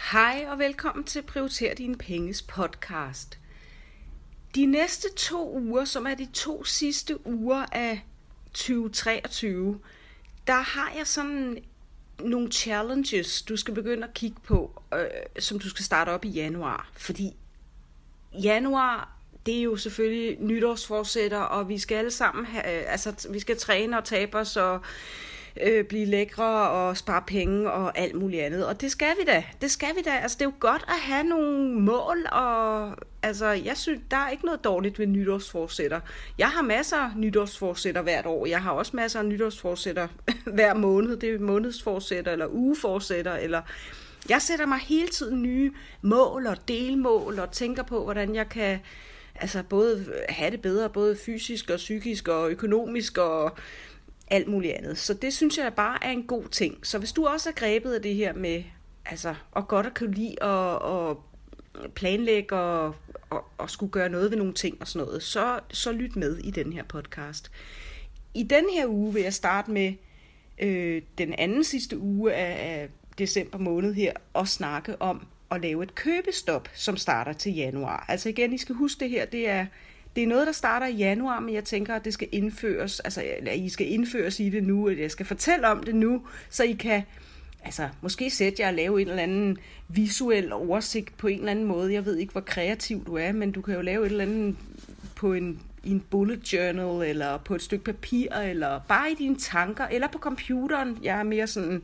Hej og velkommen til Prioriter Dine Penges podcast. De næste 2 uger, som er de 2 sidste uger af 2023, der har jeg sådan nogle challenges, du skal begynde at kigge på, som du skal starte op i januar. Fordi januar, det er jo selvfølgelig nytårsforsætter, og vi skal alle sammen vi skal træne og tabe os og blive lækre og spare penge og alt muligt andet. Og det skal vi da. Altså, det er jo godt at have nogle mål, og altså, jeg synes, der er ikke noget dårligt ved nytårsforsætter. Jeg har masser af nytårsforsætter hvert år. Jeg har også masser af nytårsforsætter hver måned. Det er månedsforsætter eller ugeforsætter, eller jeg sætter mig hele tiden nye mål og delmål og tænker på, hvordan jeg kan både have det bedre, både fysisk og psykisk og økonomisk og alt muligt andet. Så det synes jeg bare er en god ting. Så hvis du også er grebet af det her med, og godt at kunne lide og planlægge og skulle gøre noget ved nogle ting og sådan noget, så lyt med i den her podcast. I den her uge vil jeg starte med den anden sidste uge af december måned her, og snakke om at lave et købestop, som starter til januar. Altså igen, I skal huske det her, det er noget, der starter i januar, men jeg tænker, at det skal indføres, I skal indføres i det nu, at jeg skal fortælle om det nu, så I kan, måske sætte jer og lave en eller anden visuel oversigt på en eller anden måde. Jeg ved ikke, hvor kreativ du er, men du kan jo lave et eller andet i en bullet journal, eller på et stykke papir, eller bare i dine tanker, eller på computeren. Jeg er mere sådan,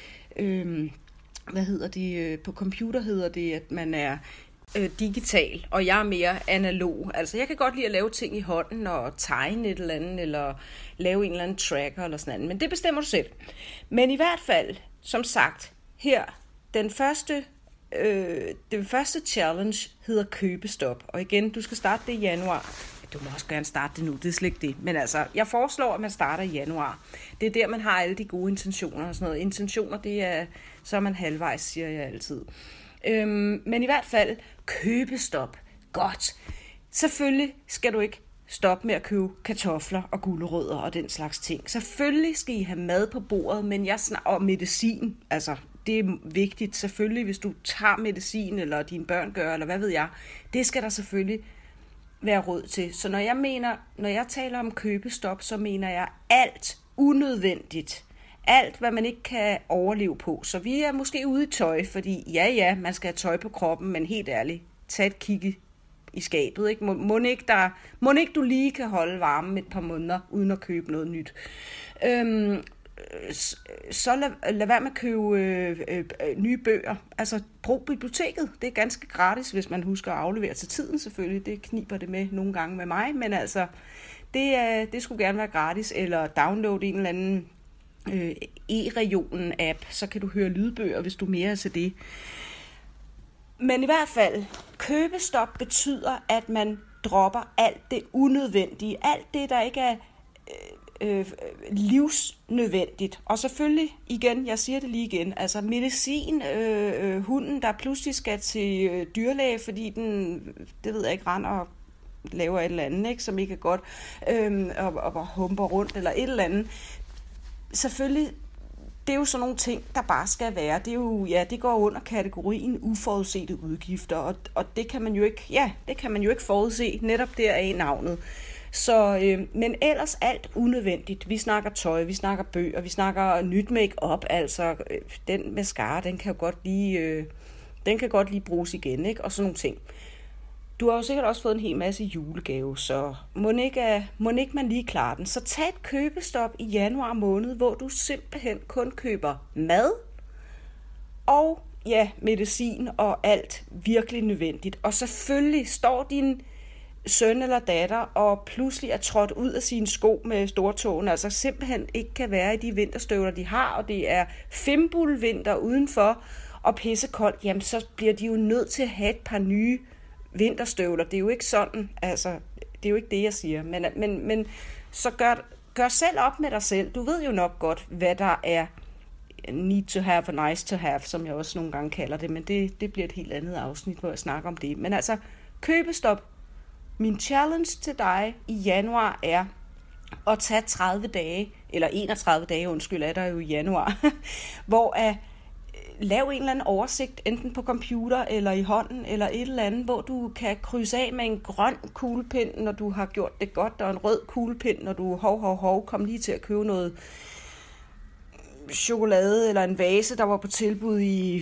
på computer hedder det, at man er digital, og jeg er mere analog. Altså, jeg kan godt lide at lave ting i hånden og tegne et eller andet, eller lave en eller anden tracker eller sådan noget, men det bestemmer du selv. Men i hvert fald, som sagt, her, den første challenge hedder købestop, og igen, du skal starte det i januar. Du må også gerne starte det nu, det er slet ikke det. Men jeg foreslår, at man starter i januar. Det er der, man har alle de gode intentioner og sådan noget. Intentioner, det er, så er man halvvejs, siger jeg altid. Men i hvert fald, købestop. Godt. Selvfølgelig skal du ikke stoppe med at købe kartofler og gulerødder og den slags ting. Selvfølgelig skal I have mad på bordet, men og medicin. Altså, det er vigtigt. Selvfølgelig, hvis du tager medicin, eller dine børn gør, eller hvad ved jeg, det skal der selvfølgelig være råd til. Så når jeg taler om købestop, så mener jeg alt unødvendigt. Alt, hvad man ikke kan overleve på. Så vi er måske ude i tøj, fordi ja, man skal have tøj på kroppen, men helt ærligt, tag et kig i skabet. Ikke? Må ikke du lige kan holde varmen et par måneder, uden at købe noget nyt. Så lad være med at købe nye bøger. Altså, brug biblioteket. Det er ganske gratis, hvis man husker at aflevere til tiden selvfølgelig. Det kniber det med nogle gange med mig, men det skulle gerne være gratis. Eller download en eller anden e-regionen-app, så kan du høre lydbøger, hvis du mere er til det. Men i hvert fald, købestop betyder, at man dropper alt det unødvendige, alt det, der ikke er livsnødvendigt. Og selvfølgelig, igen, jeg siger det lige igen, altså medicin, hunden, der pludselig skal til dyrlæge, fordi den, det ved jeg ikke, render og laver et eller andet, ikke, som ikke er godt, og humper rundt, eller et eller andet. Selvfølgelig, det er jo sådan nogle ting, der bare skal være. Det er jo, det går under kategorien uforudsete udgifter, og det kan man jo ikke forudse, netop der er navnet. Så, men ellers alt unødvendigt. Vi snakker tøj, vi snakker bøger, vi snakker nyt make-up, altså den mascara, den kan godt lige bruges igen, ikke? Og sådan nogle ting. Du har jo sikkert også fået en hel masse julegave, så må ikke man lige klare den. Så tag et købestop i januar måned, hvor du simpelthen kun køber mad og medicin og alt virkelig nødvendigt. Og selvfølgelig står din søn eller datter og pludselig er trådt ud af sine sko med stortåen, altså simpelthen ikke kan være i de vinterstøvler, de har, og det er fimbulvinter udenfor og pissekoldt, jamen så bliver de jo nødt til at have et par nye vinterstøvler. Det er jo ikke sådan, altså, det er jo ikke det, jeg siger, men så gør selv op med dig selv. Du ved jo nok godt, hvad der er need to have og nice to have, som jeg også nogle gange kalder det, men det bliver et helt andet afsnit, hvor jeg snakker om det. Men altså, købestop. Min challenge til dig i januar er at tage 30 dage, eller 31 dage, er der jo i januar, hvor lav en eller anden oversigt, enten på computer eller i hånden, eller et eller andet, hvor du kan krydse af med en grøn kuglepind, når du har gjort det godt, og en rød kuglepind, når du kom lige til at købe noget chokolade, eller en vase, der var på tilbud i,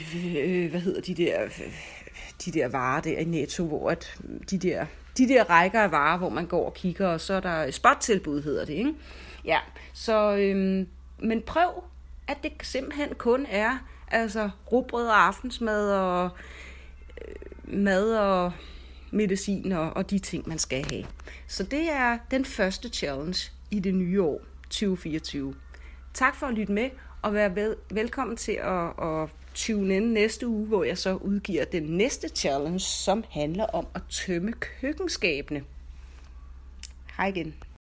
de der varer der i Netto, hvor at de der rækker af varer, hvor man går og kigger, og så er der spottilbud, hedder det, ikke? Ja, så, men prøv, at det simpelthen kun er altså rugbrød og aftensmad og mad og medicin og de ting, man skal have. Så det er den første challenge i det nye år, 2024. Tak for at lytte med, og vær velkommen til at tune ind næste uge, hvor jeg så udgiver den næste challenge, som handler om at tømme køkkenskabene. Hej igen.